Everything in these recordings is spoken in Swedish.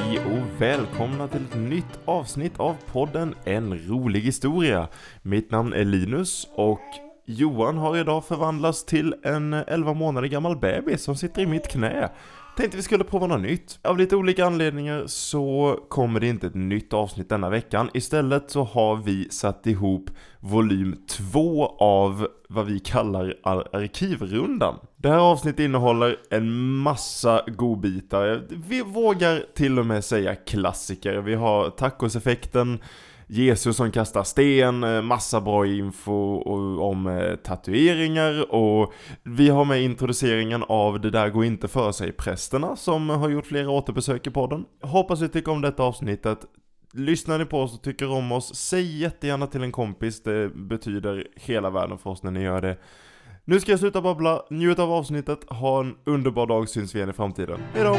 Hej och välkomna till ett nytt avsnitt av podden En rolig historia. Mitt namn är Linus och Johan har idag förvandlats till en 11 månader gammal bebis som sitter i mitt knä. Tänkte vi skulle prova något nytt. Av lite olika anledningar så kommer det inte ett nytt avsnitt denna veckan. Istället så har vi satt ihop volym 2 av vad vi kallar arkivrundan. Det här avsnittet innehåller en massa godbitar. Vi vågar till och med säga klassiker. Vi har tacoseffekten, Jesus som kastar sten, massa bra info om tatueringar, och vi har med introduceringen av Det där går inte för sig prästerna som har gjort flera återbesök i podden. Hoppas ni tycker om detta avsnittet. Lyssnar ni på oss och tycker om oss, säg jättegärna till en kompis. Det betyder hela världen för oss när ni gör det. Nu ska jag sluta babbla, njut av avsnittet, ha en underbar dag, syns vi igen i framtiden. Hejdå!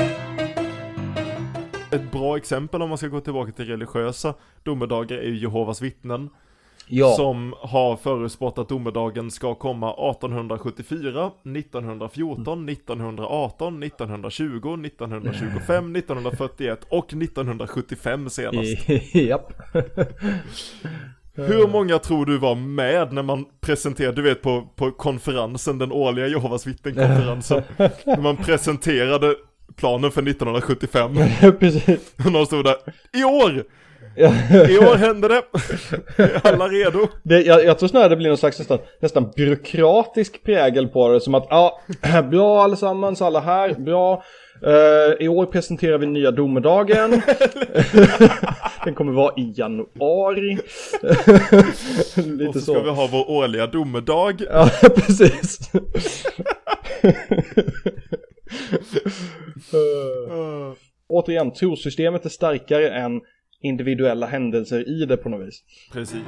Ett bra exempel om man ska gå tillbaka till religiösa domedagar är ju Jehovas vittnen. Ja. Som har förutspått att domedagen ska komma 1874, 1914, 1918, 1920, 1925, 1941 och 1975 senast. Japp. Hur många tror du var med när man presenterade, du vet på konferensen, den årliga Jehovas vittnen-konferensen, när man presenterade planen för 1975. Precis. Och någon stod där, i år! I år händer det. Är alla redo? Jag tror snarare det blir någon slags nästan byråkratisk prägel på det. Som att, bra allesammans, alla här, bra. I år presenterar vi nya domedagen. Den kommer vara i januari. Lite och så ska vi ha vår årliga domedag. Ja, precis. Återigen, trosystemet är starkare än individuella händelser i det på något vis. Precis.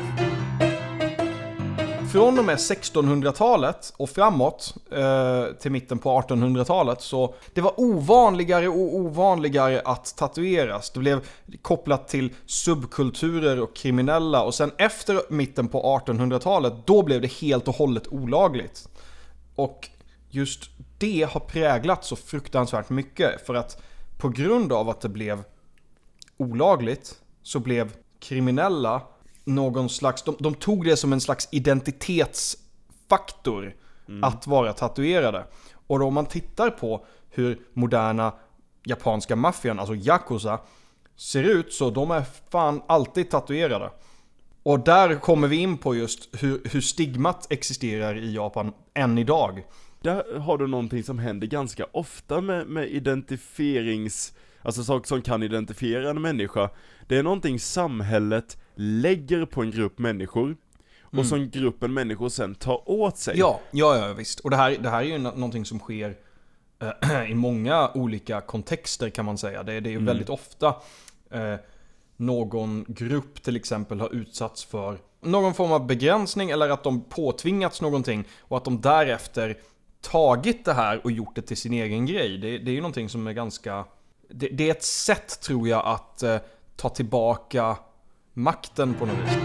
Från och med 1600-talet och framåt till mitten på 1800-talet, så det var ovanligare och ovanligare att tatueras. Det blev kopplat till subkulturer och kriminella, och sen efter mitten på 1800-talet då blev det helt och hållet olagligt. Och just det har präglat så fruktansvärt mycket, för att på grund av att det blev olagligt så blev kriminella någon slags, de tog det som en slags identitetsfaktor att vara tatuerade. Och då om man tittar på hur moderna japanska maffian, alltså yakuza, ser ut, så de är fan alltid tatuerade. Och där kommer vi in på just hur stigmat existerar i Japan än idag. Där har du någonting som händer ganska ofta med identifierings... Alltså saker som kan identifiera en människa. Det är någonting samhället lägger på en grupp människor. Och som gruppen människor sen tar åt sig. Ja, visst. Och det här är ju någonting som sker i många olika kontexter, kan man säga. Det är ju väldigt ofta någon grupp till exempel har utsatts för någon form av begränsning, eller att de påtvingats någonting och att de därefter tagit det här och gjort det till sin egen grej. Det är ju någonting som är ganska... Det är ett sätt, tror jag, att ta tillbaka makten på något vis.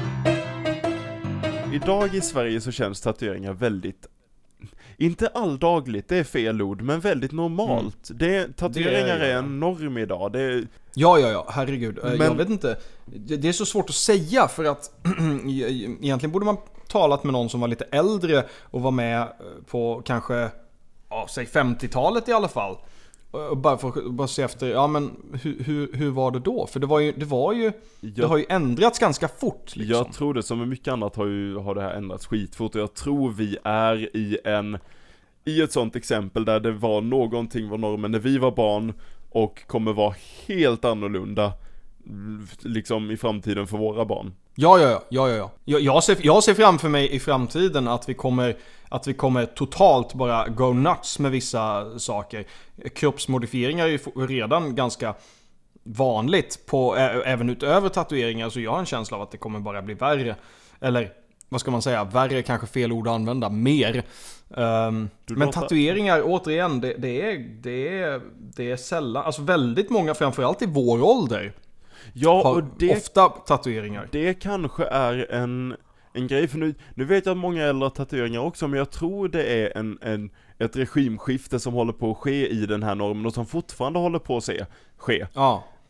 Idag i Sverige så känns tatueringar väldigt... Inte alldagligt, det är fel ord, men väldigt normalt. Tatueringar är en norm idag. Ja, herregud. Men... Jag vet inte. Det är så svårt att säga, för att egentligen borde man talat med någon som var lite äldre och var med på kanske, säg 50-talet i alla fall. Och bara se efter, men hur var det då? För det har ju ändrats ganska fort liksom. Jag tror det, som med mycket annat har det här ändrats skitfort. Och jag tror vi är i ett sånt exempel där det var någonting var normen när vi var barn, och kommer vara helt annorlunda liksom i framtiden för våra barn. Ja. Jag ser framför mig i framtiden att vi kommer totalt bara go nuts med vissa saker. Kroppsmodifieringar är ju redan ganska vanligt även utöver tatueringar, så jag har en känsla av att det kommer bara bli värre. Eller vad ska man säga? Värre, kanske fel ord att använda. Mer. Men tatueringar, återigen, det är sällan, alltså väldigt många, framförallt i vår ålder, och det, ofta tatueringar. Det kanske är en grej, för nu vet jag att många äldre har tatueringar också, men jag tror det är ett regimskifte som håller på att ske i den här normen, och som fortfarande håller på att ske. Ja.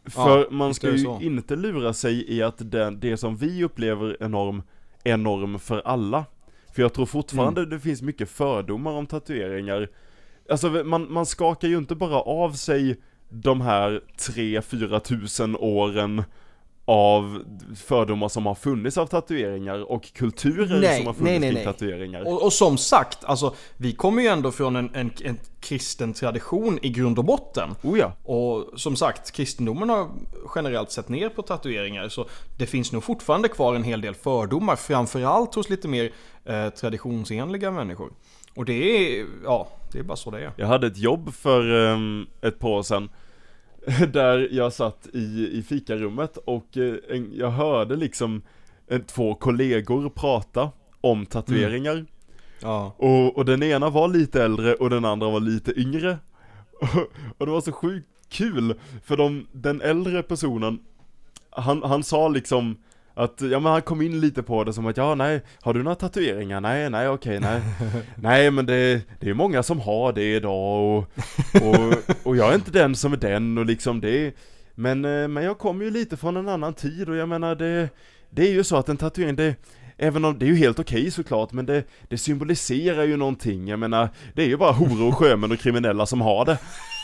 För man ska ju så. inte lura sig i att det som vi upplever är norm för alla. För jag tror fortfarande det finns mycket fördomar om tatueringar. Alltså man skakar ju inte bara av sig de här 3-4 tusen åren av fördomar som har funnits av tatueringar och kulturer som har funnits kring tatueringar. Och som sagt, alltså, vi kommer ju ändå från en kristen tradition i grund och botten. Oh ja. Och som sagt, kristendomen har generellt sett ner på tatueringar, så det finns nog fortfarande kvar en hel del fördomar, framförallt hos lite mer traditionsenliga människor. Och det är bara så det är. Jag hade ett jobb för ett par år sedan där jag satt i fikarummet och jag hörde liksom 2 kollegor prata om tatueringar. Ja. Och den ena var lite äldre och den andra var lite yngre. Och det var så sjukt kul, för den äldre personen, han sa liksom att, ja men han kom in lite på det som att, ja nej, har du några tatueringar? Nej, okej, nej. Nej, men det är många som har det idag och jag är inte den som är den och liksom det. Men jag kommer ju lite från en annan tid och jag menar det är ju så att en tatuering, även om det är ju helt okej såklart, men det symboliserar ju någonting. Jag menar, det är ju bara horor och sjömän och kriminella som har det.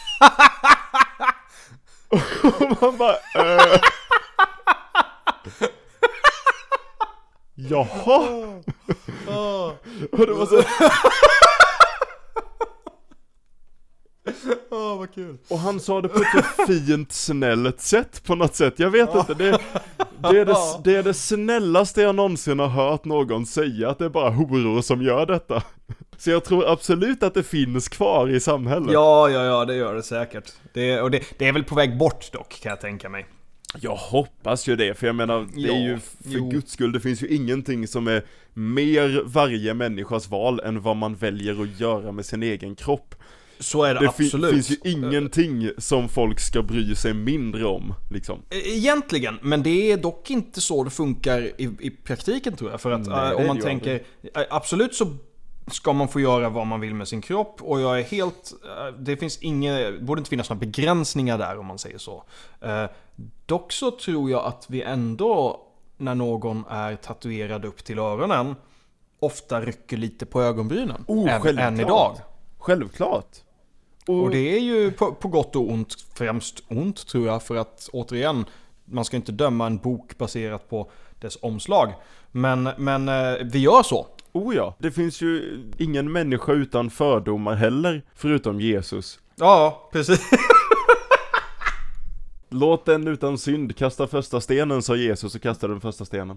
Och man bara jaha. Och det var så vad kul. och han sa det på ett så fint, snällt sätt på något sätt. Jag vet inte, det är det snällaste jag någonsin har hört någon säga, att det är bara horor som gör detta. Så jag tror absolut att det finns kvar i samhället. Ja, det gör det säkert. Det är väl på väg bort dock, kan jag tänka mig. Jag hoppas ju det, för jag menar, det är ju för guds skull, det finns ju ingenting som är mer varje människas val än vad man väljer att göra med sin egen kropp. Så är det absolut. Det finns ju ingenting som folk ska bry sig mindre om, liksom. Egentligen, men det är dock inte så det funkar i praktiken, tror jag. För att om man tänker, absolut så ska man få göra vad man vill med sin kropp, och jag är helt, borde inte finnas några begränsningar där, om man säger så. Dock så tror jag att vi ändå, när någon är tatuerad upp till öronen, ofta rycker lite på ögonbrynen. Än idag. Självklart. Och det är ju på gott och ont, främst ont tror jag, för att återigen, man ska inte döma en bok baserat på dess omslag. Men vi gör så. Oh ja, det finns ju ingen människa utan fördomar heller, förutom Jesus. Ja, precis. Låt den utan synd kasta första stenen, sa Jesus, och kastade den första stenen.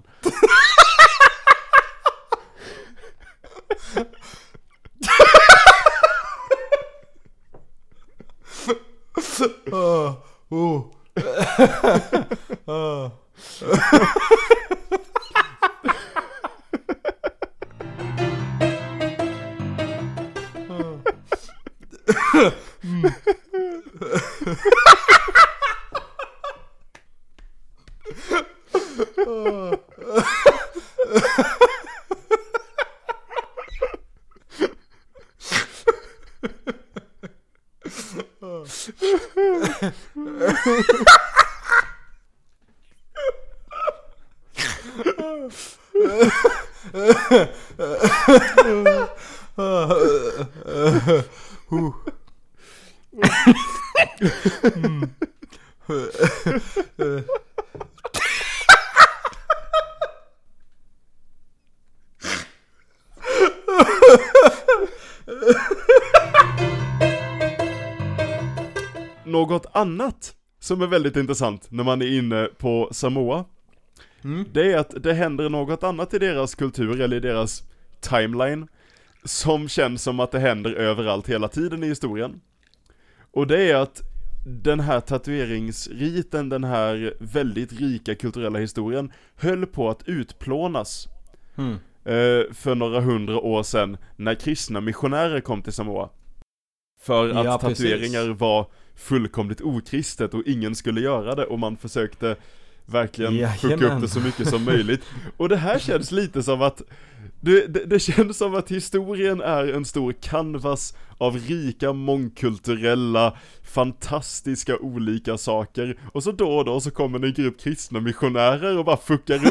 Något annat som är väldigt intressant när man är inne på Samoa, det är att det händer något annat i deras kultur, eller i deras timeline, som känns som att det händer överallt hela tiden i historien. Och det är att den här tatueringsriten, den här väldigt rika kulturella historien, höll på att utplånas för några 100 år sedan, när kristna missionärer kom till Samoa. För att tatueringar var fullkomligt okristet och ingen skulle göra det, och man försökte verkligen fucka upp det så mycket som möjligt. Och det här känns lite som att Det känns som att historien är en stor canvas av rika, mångkulturella, fantastiska olika saker. Och så då och då så kommer en grupp kristna missionärer och bara fuckar upp.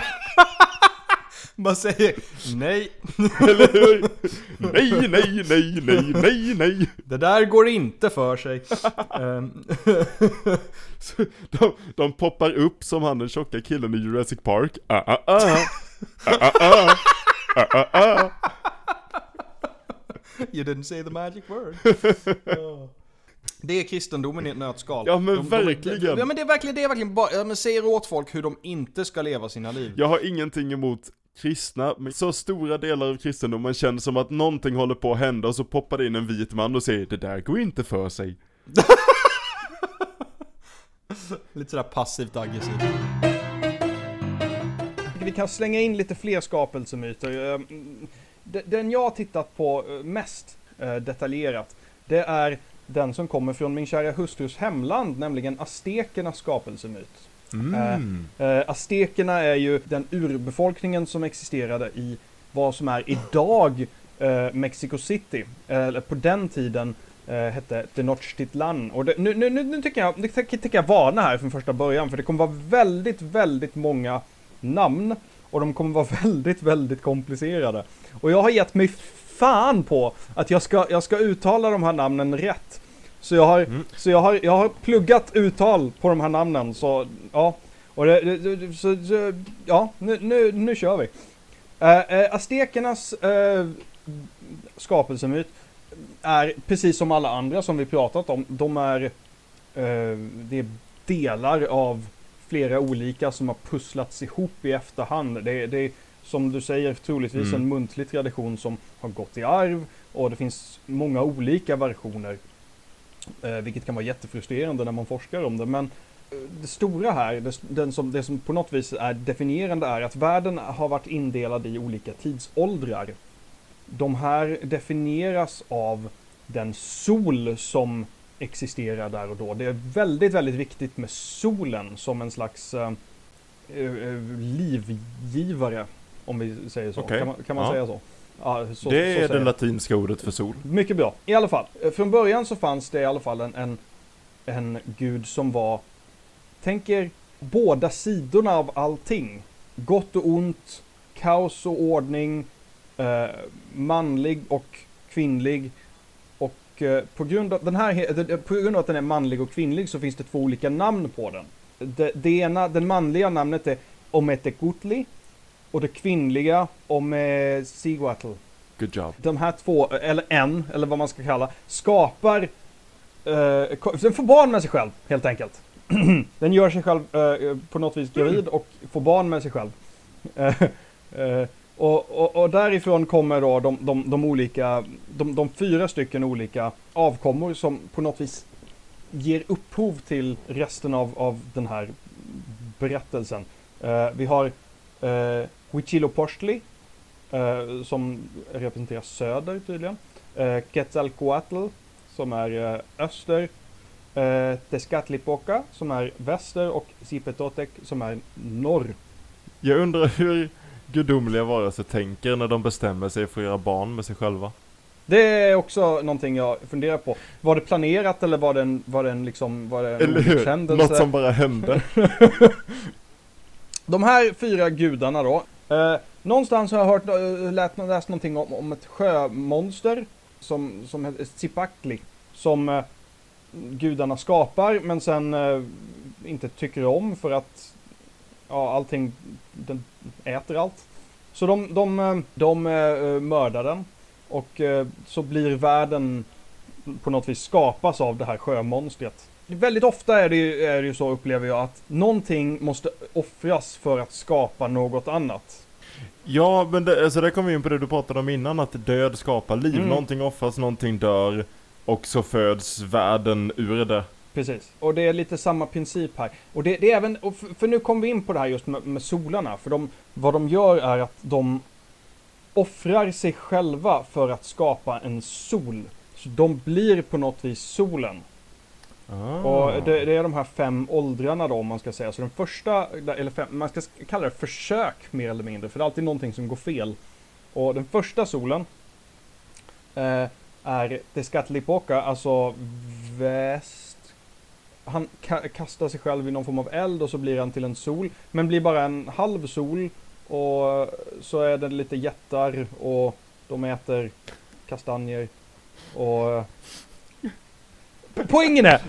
Man säger nej. Eller hur? Nej, nej, nej, nej, nej, nej. Det där går inte för sig. Så de poppar upp som han den tjocka killen i Jurassic Park. You didn't say the magic word. Det är kristendomen i ett nötskal. Ja men verkligen. Ja men det är verkligen bara, ja, men säger åt folk hur de inte ska leva sina liv. Jag har ingenting emot kristna, men så stora delar av kristendomen känns som att någonting håller på att hända och så poppar det in en vit man och säger det där går inte för sig. Lite sådär passivt aggressivt. Vi kan slänga in lite fler skapelsemyter. Den jag har tittat på mest detaljerat, det är den som kommer från min kära hustrus hemland, nämligen aztekernas skapelsemyt. Aztekerna är ju den urbefolkningen som existerade i vad som är idag Mexico City. Eller på den tiden hette Tenochtitlan. Och nu tycker jag varna här från första början, för det kommer vara väldigt, väldigt många namn och de kommer vara väldigt, väldigt komplicerade. Och jag har gett mig fan på att jag ska uttala de här namnen rätt. Så jag har pluggat uttal på de här namnen, så ja. Och nu kör vi. Aztekernas skapelsemyt är precis som alla andra som vi pratat om. Det är delar av flera olika som har pusslats ihop i efterhand. Det är som du säger troligtvis en muntlig tradition som har gått i arv, och det finns många olika versioner, vilket kan vara jättefrustrerande när man forskar om det. Men det stora här, det som på något vis är definierande, är att världen har varit indelad i olika tidsåldrar. De här definieras av den sol som existerar där och då. Det är väldigt, väldigt viktigt med solen som en slags livgivare, om vi säger så. Okay. Kan man säga så? Ja, det är det latinska ordet för sol. Mycket bra. I alla fall, från början så fanns det i alla fall en gud som var, tänker båda sidorna av allting. Gott och ont, kaos och ordning, manlig och kvinnlig. Och på grund av att den är manlig och kvinnlig så finns det två olika namn på den. Den manliga namnet är Ometecutli och det kvinnliga Omeciguatl. Good job. De här två, eller vad man ska kalla, skapar den får barn med sig själv, helt enkelt. Den gör sig själv på något vis gravid och får barn med sig själv. Och därifrån kommer då de 4 stycken olika avkommor som på något vis ger upphov till resten av den här berättelsen. Vi har Huitzilopochtli som representerar söder tydligen. Quetzalcoatl som är öster. Tezcatlipoca som är väster och Zipetotec som är norr. Jag undrar hur gudomliga varelser tänker när de bestämmer sig för att göra barn med sig själva. Det är också någonting jag funderar på. Var det planerat eller var det en något som bara hände? De här 4 gudarna då. Någonstans har jag läst någonting om ett sjömonster som heter Zipacli, som gudarna skapar men sen inte tycker om, för att allting, den äter allt. Så de mördar den, och så blir världen på något vis skapas av det här sjömonstret. Väldigt ofta är det ju så, upplever jag, att någonting måste offras för att skapa något annat. Ja, men det kommer vi in på det du pratade om innan, att död skapar liv. Någonting offras, någonting dör, och så föds världen ur det. Precis, och det är lite samma princip här. Och det är även, för nu kommer vi in på det här just med solarna. För vad de gör är att de offrar sig själva för att skapa en sol. Så de blir på något vis solen. Och det är de här 5 åldrarna då, om man ska säga. Så den första, eller man ska kalla det försök mer eller mindre, för det är alltid någonting som går fel. Och den första solen är Tezcatlipoca, alltså väst. Han kastar sig själv i någon form av eld och så blir han till en sol. Men blir bara en halv sol. Och så är det lite jättar och de äter kastanjer. Och poängen är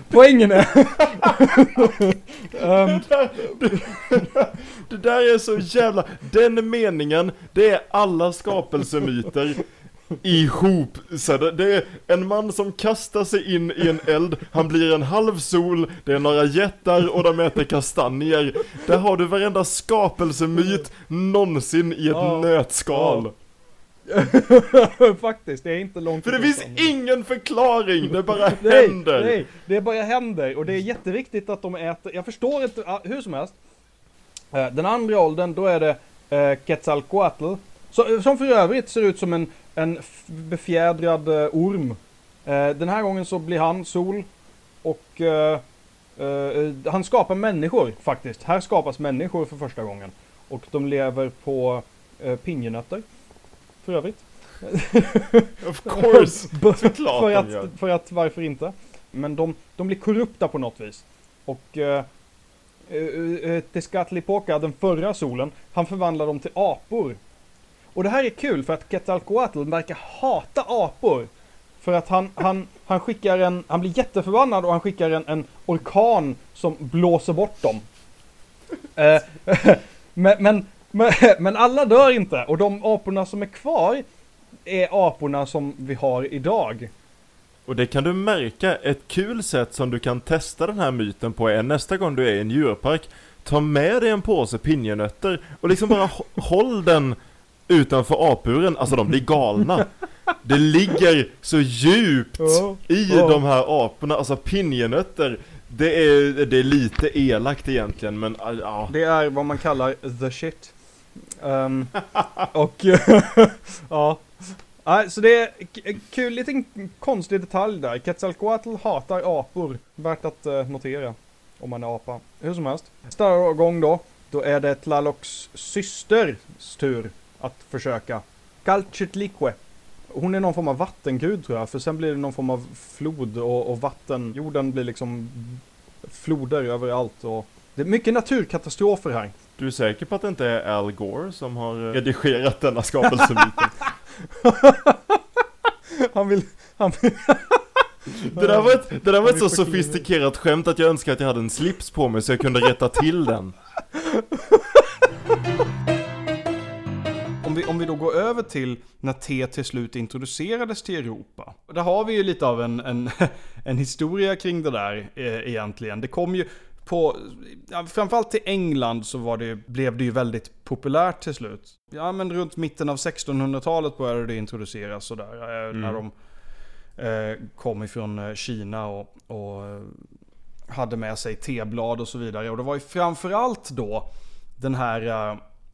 det där är så jävla... Den meningen, det är alla skapelsemyter ihop. Så det är en man som kastar sig in i en eld. Han blir en halv sol. Det är några jättar och de äter kastanjer. Där har du varenda skapelsemyt någonsin i ett nötskal. Faktiskt, det är inte långt. För det finns ingen förklaring. Det bara händer. Nej, det bara händer. Och det är jätteviktigt att de äter. Jag förstår inte, hur som helst. Den andra åldern, då är det Quetzalcoatl. Som för övrigt ser ut som en befjädrad orm. Den här gången så blir han sol. Och han skapar människor faktiskt. Här skapas människor för första gången. Och de lever på pinjenötter. För övrigt. Of course. Såklart för att varför inte? Men de blir korrupta på något vis. Och Tezcatlipoca, den förra solen, han förvandlar dem till apor. Och det här är kul för att Quetzalcoatl verkar hata apor. För att han skickar han blir jätteförbannad och han skickar en orkan som blåser bort dem. Men alla dör inte. Och de aporna som är kvar är aporna som vi har idag. Och det kan du märka, ett kul sätt som du kan testa den här myten på är nästa gång du är i en djurpark. Ta med dig en påse pinjenötter och liksom bara håll den utanför apuren. Alltså de blir galna. Det ligger så djupt i de här aporna. Alltså pinjenötter, det är lite elakt egentligen, men ja. Det är vad man kallar the shit. Och ja. Så det är kul, lite konstig detalj där. Quetzalcoatl hatar apor. Värt att notera om man är apa. Hur som helst. Nästa gång då är det Tlalocs systers tur att försöka. Calchitlique. Hon är någon form av vattengud tror jag. För sen blir det någon form av flod och vatten. Jorden blir liksom floder överallt. Och det är mycket naturkatastrofer här. Du är säker på att det inte är Al Gore som har redigerat denna skapelsemyten? Han vill... Det där var ett så sofistikerat skämt att jag önskar att jag hade en slips på mig så jag kunde rätta till den. Om vi då går över till när te till slut introducerades till Europa. Där har vi ju lite av en historia kring det där egentligen. Det kom ju framförallt till England så blev det ju väldigt populärt till slut. Ja, men runt mitten av 1600-talet började det introduceras sådär. När de kom ifrån Kina och hade med sig teblad och så vidare. Och det var ju framförallt då den här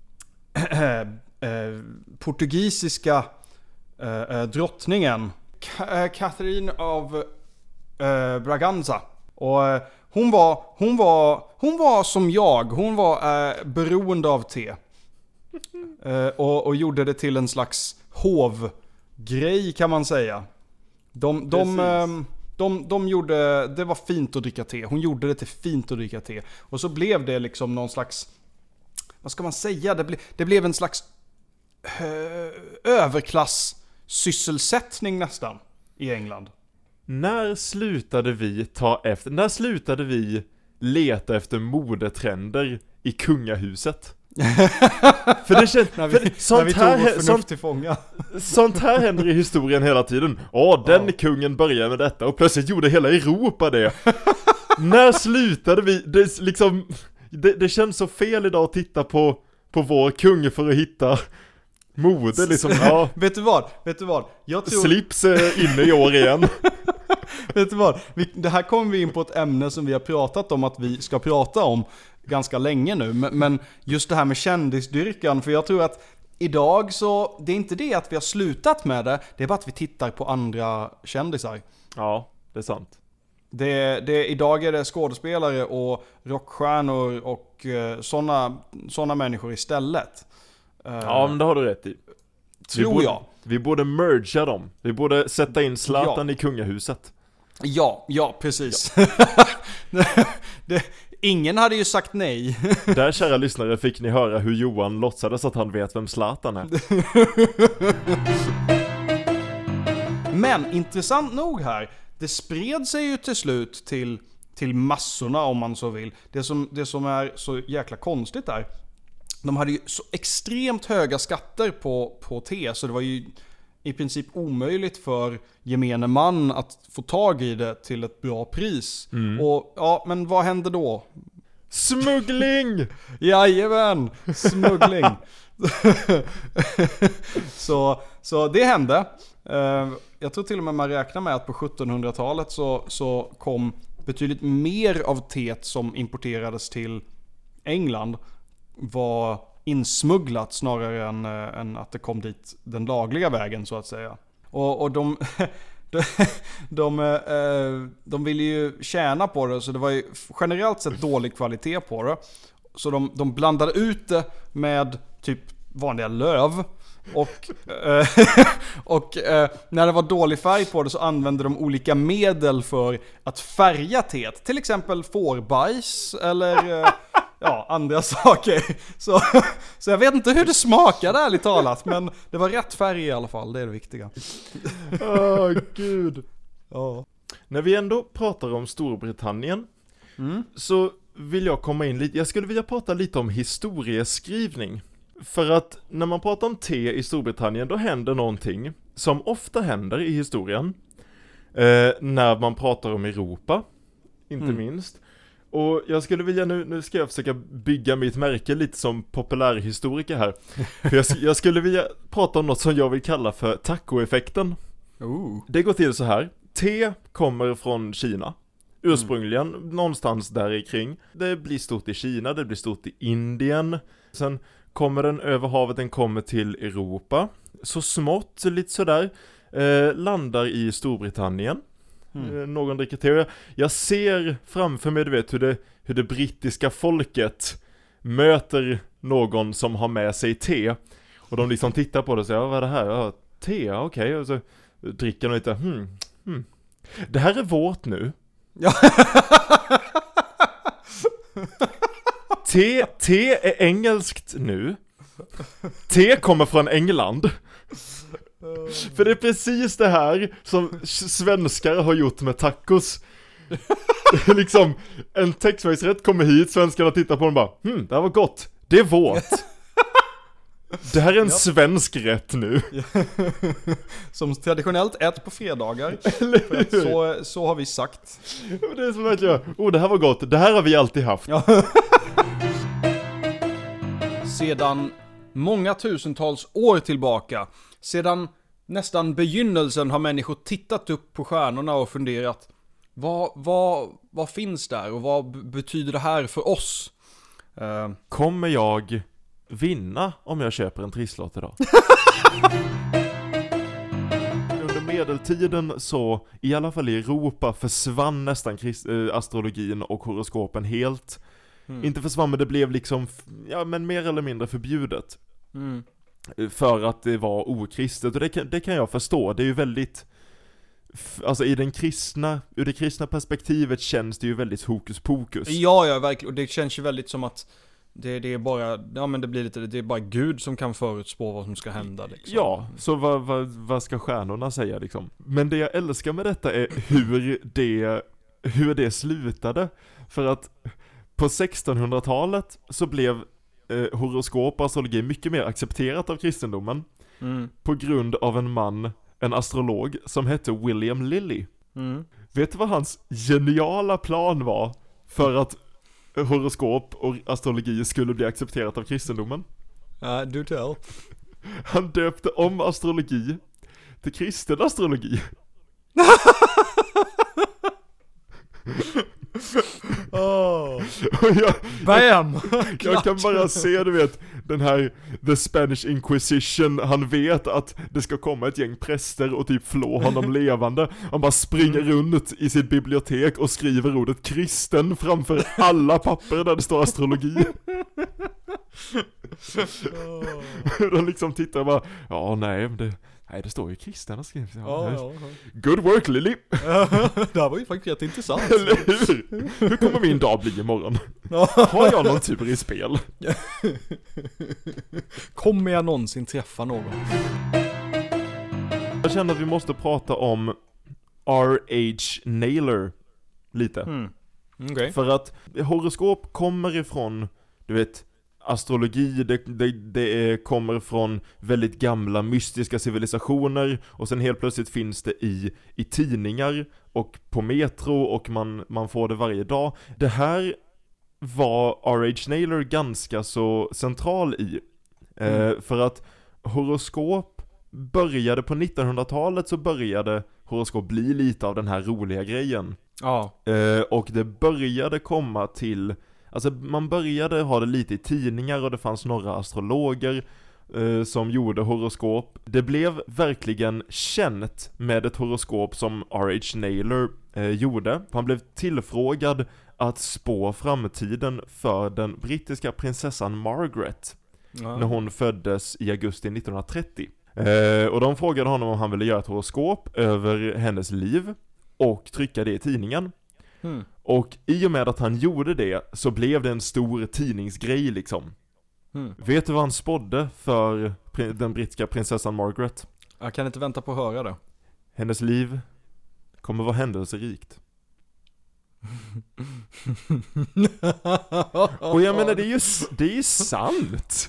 portugisiska drottningen Catherine av Braganza. Och hon var som jag. Hon var beroende av te. Och gjorde det till en slags hovgrej kan man säga. De gjorde, det var fint att dricka te. Hon gjorde det till fint att dricka te. Och så blev det liksom någon slags, vad ska man säga? Det blev en slags överklass-sysselsättning nästan i England. När slutade vi leta efter modetrender i kungahuset? För det känns, sånt här händer i historien hela tiden. Den kungen började med detta och plötsligt gjorde hela Europa det. När slutade vi? Det känns så fel idag att titta på vår kung för att hitta mode liksom. Ja. Vet du vad? Jag tror... Slips inne i år igen. Vet du vad? Det här kommer vi in på ett ämne som vi har pratat om att vi ska prata om ganska länge nu. Men just det här med kändisdyrkan. För jag tror att idag så, det är inte det att vi har slutat med det. Det är bara att vi tittar på andra kändisar. Ja, det är sant. Idag är det skådespelare och rockstjärnor och såna människor istället. Ja, men det har du rätt i. Vi borde mergea dem. Vi borde sätta in Zlatan i kungahuset. Ja, precis. Ingen hade ju sagt nej. Där, kära lyssnare, fick ni höra hur Johan låtsades att han vet vem Zlatan är. Men intressant nog här, det spred sig ju till slut till massorna, om man så vill. Det som är så jäkla konstigt där, de hade ju så extremt höga skatter på te, så det var ju i princip omöjligt för gemene man att få tag i det till ett bra pris. Och ja, men vad hände då? Smuggling! Jajamän, smuggling. så det hände. Jag tror till och med man räknar med att på 1700-talet så kom betydligt mer av teet som importerades till England var insmugglat snarare än att det kom dit den lagliga vägen, så att säga. Och de ville ju tjäna på det, så det var ju generellt sett dålig kvalitet på det. Så de blandade ut det med typ vanliga löv. Och när det var dålig färg på det så använde de olika medel för att färga teet. Till exempel fårbajs eller andra saker. Så jag vet inte hur det smakade, ärligt talat, men det var rätt färg i alla fall, det är det viktiga. Gud. Ja. När vi ändå pratar om Storbritannien så vill jag komma in lite. Jag skulle vilja prata lite om historieskrivning. För att när man pratar om te i Storbritannien, då händer någonting som ofta händer i historien. När man pratar om Europa, inte minst. Och jag skulle vilja, nu ska jag försöka bygga mitt märke lite som populärhistoriker här. För jag skulle vilja prata om något som jag vill kalla för tacoeffekten. Det går till så här. Te kommer från Kina. Ursprungligen någonstans där i kring. Det blir stort i Kina, det blir stort i Indien. Sen kommer den över havet, den kommer till Europa. Så smått, lite sådär. Landar i Storbritannien. Någon dricker te. Jag ser framför mig, du vet, hur det brittiska folket möter någon som har med sig te. Och de liksom tittar på det och säger, vad är det här? Ja, te, okej. Och så dricker de lite, Det här är vårt nu. Ja. Te är engelskt nu. Te kommer från England. För det är precis det här som svenskar har gjort med tacos. Liksom, en Tex-Mex-rätt kommer hit, svenskarna tittar på den och bara, det här var gott, det är vårt. Det här är en svensk rätt nu. Som traditionellt äts på fredagar. För att så har vi sagt. Det är som att det här var gott, det här har vi alltid haft. Ja. Sedan många tusentals år tillbaka, sedan nästan begynnelsen, har människor tittat upp på stjärnorna och funderat, vad finns där och vad betyder det här för oss? Kommer jag vinna om jag köper en trisslott idag? Under medeltiden så, i alla fall i Europa, försvann nästan astrologin och horoskopen helt. Inte försvann, men det blev liksom, men mer eller mindre förbjudet. För att det var okristet. Och det kan jag förstå. Det är ju väldigt, alltså ur det kristna perspektivet känns det ju väldigt hokus pokus. Ja, verkligen. Och det känns ju väldigt som att det är bara, det är bara Gud som kan förutspå vad som ska hända liksom. Ja, så vad ska stjärnorna säga liksom? Men det jag älskar med detta är hur det slutade. För att på 1600-talet så blev horoskop och astrologi mycket mer accepterat av kristendomen. På grund av en astrolog som hette William Lilly. Vet du vad hans geniala plan var för att horoskop och astrologi skulle bli accepterat av kristendomen? Do tell. Han döpte om astrologi till kristen astrologi. Bam! Jag kan bara se, du vet, den här The Spanish Inquisition. Han vet att det ska komma ett gäng präster och typ flå honom levande. Han bara springer runt i sitt bibliotek och skriver ordet kristen framför alla papper där det står astrologi. De liksom tittar och bara, ja nej, det står ju kristen och skrivs. Ja. Good work Lily! Det här var ju faktiskt rätt intressant. Eller hur? Hur kommer min dag bli imorgon? Har jag någon tur i spel? Kommer jag någonsin träffa någon? Jag känner att vi måste prata om R.H. Naylor lite. Okay. För att horoskop kommer ifrån, du vet, astrologi, det kommer från väldigt gamla mystiska civilisationer, och sen helt plötsligt finns det i tidningar och på metro, och man får det varje dag. Det här var R.H. Naylor ganska så central i. För att horoskop började på 1900-talet, så började horoskop bli lite av den här roliga grejen. Ja. Och det började komma till, alltså man började ha det lite i tidningar, och det fanns några astrologer som gjorde horoskop. Det blev verkligen känt med ett horoskop som R.H. Naylor gjorde. Han blev tillfrågad att spå framtiden för den brittiska prinsessan Margaret när hon föddes i augusti 1930. Och de frågade honom om han ville göra ett horoskop över hennes liv och trycka det i tidningen. Och i och med att han gjorde det så blev det en stor tidningsgrej liksom. Vet du vad han spådde för den brittiska prinsessan Margaret? Jag kan inte vänta på att höra det. Hennes liv kommer vara händelserikt. Och jag menar, det är ju sant.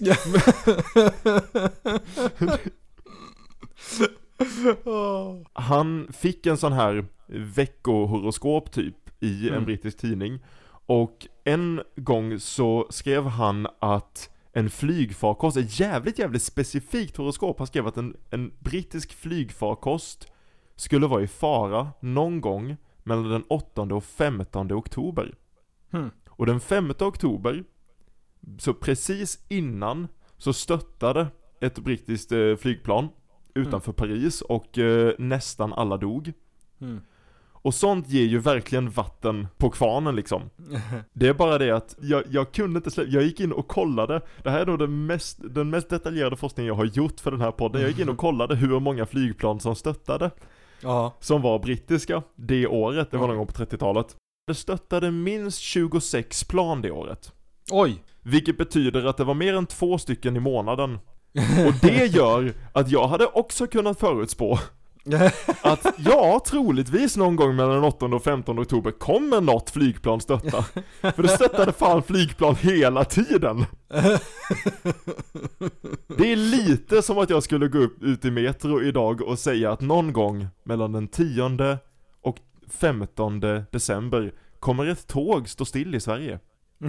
Han fick en sån här veckohoroskop typ i en brittisk tidning. Och en gång så skrev han att en flygfarkost, ett jävligt specifikt horoskop. Han skrev att en brittisk flygfarkost skulle vara i fara någon gång mellan den 8 och 15 oktober. Och den 5 oktober, så precis innan, så stöttade ett brittiskt flygplan utanför Paris, och nästan alla dog. Och sånt ger ju verkligen vatten på kvarnen liksom. Det är bara det att jag kunde inte släppa. Jag gick in och kollade. Det här är nog den mest detaljerade forskningen jag har gjort för den här podden. Jag gick in och kollade hur många flygplan som stöttade. Som var brittiska det året. Det var någon gång på 30-talet. Det stöttade minst 26 plan det året. Oj! Vilket betyder att det var mer än 2 stycken i månaden. Och det gör att jag hade också kunnat förutspå att troligtvis någon gång mellan den 8 och 15 oktober kommer något flygplan stötta. För det stöttade fan flygplan hela tiden. Det är lite som att jag skulle gå ut i metro idag och säga att någon gång mellan den 10 och 15 december kommer ett tåg stå still i Sverige.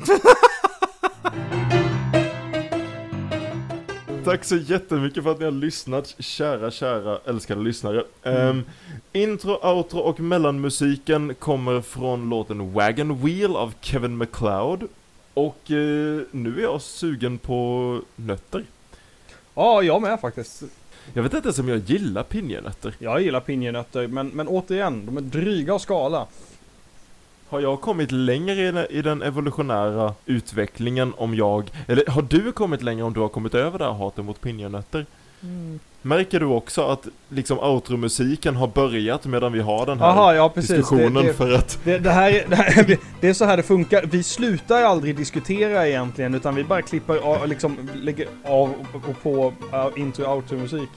Tack så jättemycket för att ni har lyssnat, kära älskade lyssnare. Intro, outro och mellanmusiken kommer från låten Wagon Wheel av Kevin MacLeod. Och nu är jag sugen på nötter. Ja, jag med faktiskt. Jag vet inte om jag gillar pinjenötter. Jag gillar pinjenötter, men återigen, de är dryga och skala. Har jag kommit längre i den evolutionära utvecklingen eller har du kommit längre om du har kommit över det här hatet mot pinjenötter? Märker du också att liksom outro-musiken har börjat medan vi har den här diskussionen för att... Det är så här det funkar. Vi slutar aldrig diskutera egentligen, utan vi bara klipper av, liksom lägger av och på intro-outro-musik.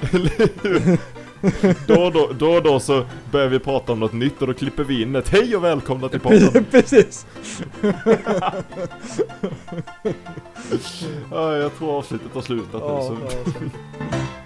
Då så börjar vi prata om något nytt och då klipper vi in ett hej och välkomna till podden. Precis. Jag tror avslutet har slutat nu så.